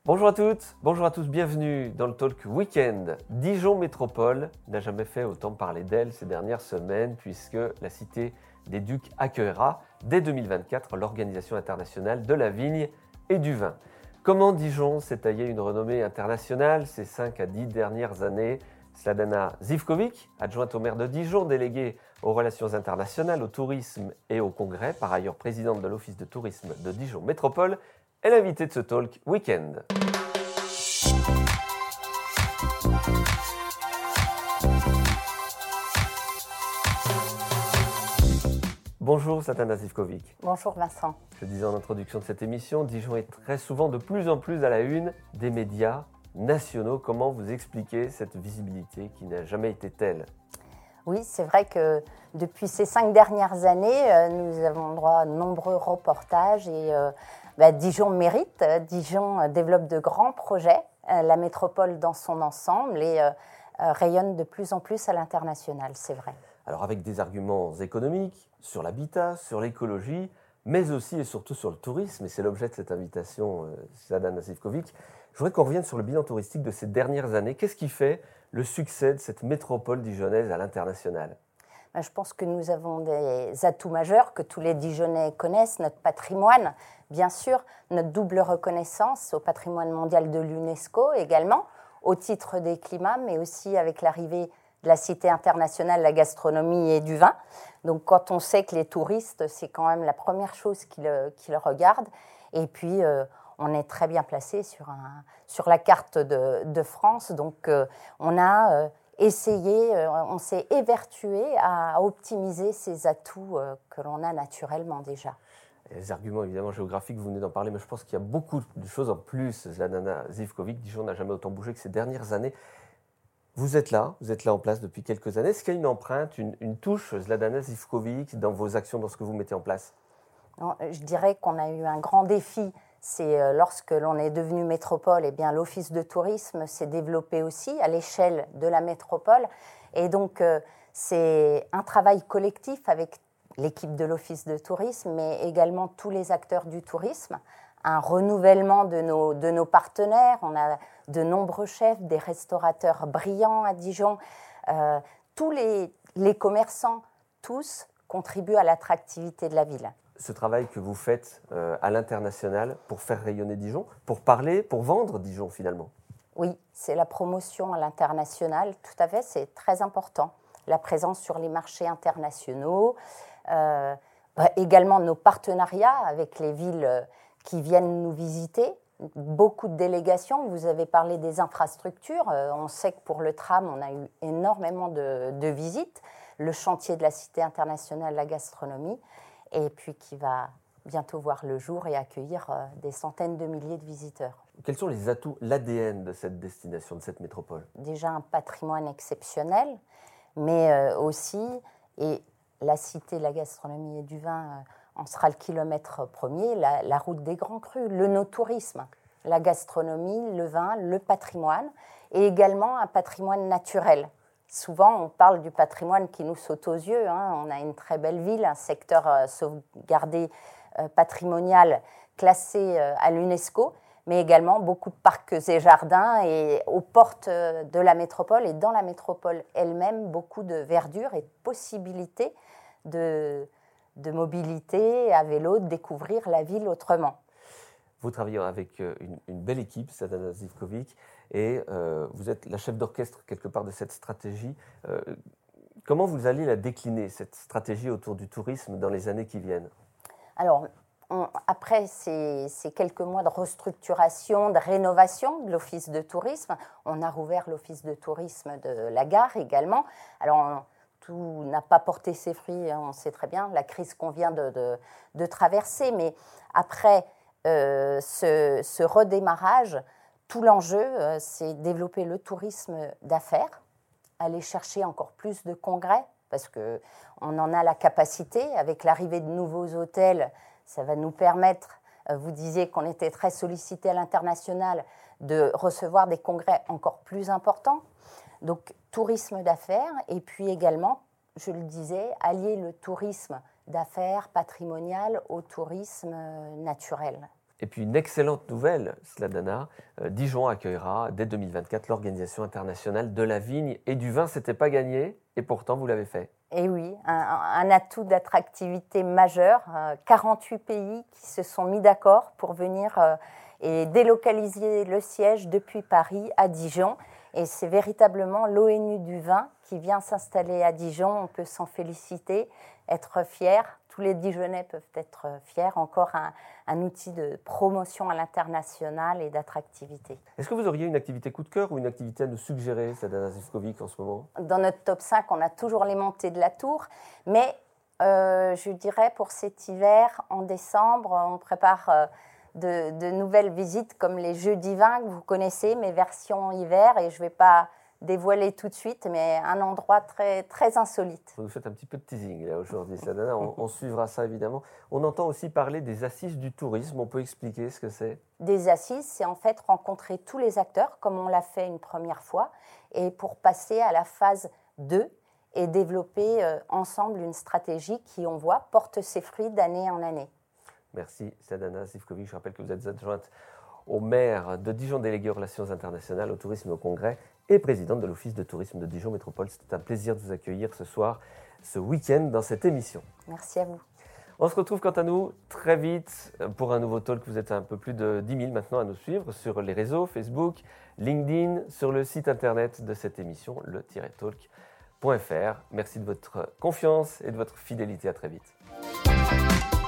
Bonjour à toutes, bonjour à tous, bienvenue dans le Talk Weekend. Dijon Métropole n'a jamais fait autant parler d'elle ces dernières semaines puisque la Cité des Ducs accueillera dès 2024 l'Organisation internationale de la vigne et du vin. Comment Dijon s'est taillé une renommée internationale ces 5 à 10 dernières années? Zladana Zivkovic, adjointe au maire de Dijon, déléguée aux relations internationales, au tourisme et au congrès, par ailleurs présidente de l'Office de tourisme de Dijon Métropole, est l'invitée de ce Talk Weekend. Bonjour Zladana Zivkovic. Bonjour Vincent. Je disais en introduction de cette émission, Dijon est très souvent de plus en plus à la une des médias nationaux. Comment vous expliquez cette visibilité qui n'a jamais été telle? Oui, c'est vrai que depuis ces 5 dernières années, nous avons droit à de nombreux reportages et Dijon mérite. Dijon développe de grands projets, la métropole dans son ensemble et rayonne de plus en plus à l'international, c'est vrai. Alors avec des arguments économiques, sur l'habitat, sur l'écologie, mais aussi et surtout sur le tourisme, et c'est l'objet de cette invitation, Zladana Zivkovic, je voudrais qu'on revienne sur le bilan touristique de ces dernières années. Qu'est-ce qui fait le succès de cette métropole dijonnaise à l'international? Je pense que nous avons des atouts majeurs que tous les Dijonnais connaissent, notre patrimoine, bien sûr, notre double reconnaissance au patrimoine mondial de l'UNESCO également, au titre des climats, mais aussi avec l'arrivée de la Cité internationale de la gastronomie et du vin. Donc quand on sait que les touristes, c'est quand même la première chose qu'ils regardent. Et puis, on est très bien placé sur la carte de France. Donc, on a essayé, on s'est évertué à optimiser ces atouts que l'on a naturellement déjà. Les arguments évidemment géographiques, vous venez d'en parler, mais je pense qu'il y a beaucoup de choses en plus. Zladana Zivkovic, Dijon n'a jamais autant bougé que ces dernières années. Vous êtes là en place depuis quelques années. Est-ce qu'il y a une empreinte, une touche Zladana Zivkovic dans vos actions, dans ce que vous mettez en place? Non, je dirais qu'on a eu un grand défi. C'est lorsque l'on est devenu métropole, eh bien, l'office de tourisme s'est développé aussi à l'échelle de la métropole. Et donc, c'est un travail collectif avec l'équipe de l'office de tourisme, mais également tous les acteurs du tourisme. Un renouvellement de nos partenaires. On a de nombreux chefs, des restaurateurs brillants à Dijon. Tous les commerçants, tous contribuent à l'attractivité de la ville. Ce travail que vous faites à l'international pour faire rayonner Dijon, pour parler, pour vendre Dijon finalement? Oui, c'est la promotion à l'international, tout à fait, c'est très important. La présence sur les marchés internationaux, également nos partenariats avec les villes qui viennent nous visiter. Beaucoup de délégations, vous avez parlé des infrastructures, on sait que pour le tram, on a eu énormément de visites. Le chantier de la Cité internationale de la gastronomie, et puis qui va bientôt voir le jour et accueillir des centaines de milliers de visiteurs. Quels sont les atouts, l'ADN de cette destination, de cette métropole? Déjà un patrimoine exceptionnel, mais aussi, et la Cité de la gastronomie et du vin en sera le kilomètre premier, la route des grands crus, le no-tourisme, la gastronomie, le vin, le patrimoine, et également un patrimoine naturel. Souvent, on parle du patrimoine qui nous saute aux yeux. On a une très belle ville, un secteur sauvegardé patrimonial classé à l'UNESCO, mais également beaucoup de parcs et jardins et aux portes de la métropole et dans la métropole elle-même, beaucoup de verdure et de possibilités de mobilité à vélo, de découvrir la ville autrement. Vous travaillez avec une belle équipe, Zladana Zivkovic, et vous êtes la chef d'orchestre quelque part de cette stratégie. Comment vous allez la décliner, cette stratégie autour du tourisme dans les années qui viennent? Alors, après ces quelques mois de restructuration, de rénovation de l'office de tourisme, on a rouvert l'office de tourisme de la gare également. Alors, tout n'a pas porté ses fruits, on sait très bien, la crise qu'on vient de traverser, mais après ce redémarrage, tout l'enjeu, c'est développer le tourisme d'affaires, aller chercher encore plus de congrès, parce qu'on en a la capacité. Avec l'arrivée de nouveaux hôtels, ça va nous permettre, vous disiez qu'on était très sollicité à l'international, de recevoir des congrès encore plus importants. Donc, tourisme d'affaires, et puis également, je le disais, allier le tourisme d'affaires patrimonial au tourisme naturel. Et puis une excellente nouvelle, Sladana, Dijon accueillera dès 2024 l'Organisation internationale de la vigne et du vin. C'était pas gagné et pourtant vous l'avez fait. Et oui, un atout d'attractivité majeur. 48 pays qui se sont mis d'accord pour venir et délocaliser le siège depuis Paris à Dijon. Et c'est véritablement l'ONU du vin qui vient s'installer à Dijon. On peut s'en féliciter, être fier. Tous les Dijonnais peuvent être fiers. Encore un outil de promotion à l'international et d'attractivité. Est-ce que vous auriez une activité coup de cœur ou une activité à nous suggérer, Sladana Živković, en ce moment? Dans notre top 5, on a toujours les montées de la Tour. Mais je dirais pour cet hiver, en décembre, on prépare de nouvelles visites comme les Jeux divins que vous connaissez, mes versions hiver. Et je ne vais pas dévoiler tout de suite, mais un endroit très, très insolite. Vous nous faites un petit peu de teasing là aujourd'hui, Sladana. On suivra ça évidemment. On entend aussi parler des assises du tourisme. On peut expliquer ce que c'est? Des assises, c'est en fait rencontrer tous les acteurs, comme on l'a fait une première fois, et pour passer à la phase 2 et développer ensemble une stratégie qui, on voit, porte ses fruits d'année en année. Merci, Sladana Živković. Je rappelle que vous êtes adjointe au maire de Dijon, déléguée aux relations internationales, au tourisme et au congrès, et présidente de l'Office de tourisme de Dijon Métropole. C'était un plaisir de vous accueillir ce soir, ce week-end, dans cette émission. Merci à vous. On se retrouve quant à nous très vite pour un nouveau talk. Vous êtes un peu plus de 10 000 maintenant à nous suivre sur les réseaux, Facebook, LinkedIn, sur le site internet de cette émission, le-talk.fr. Merci de votre confiance et de votre fidélité. À très vite.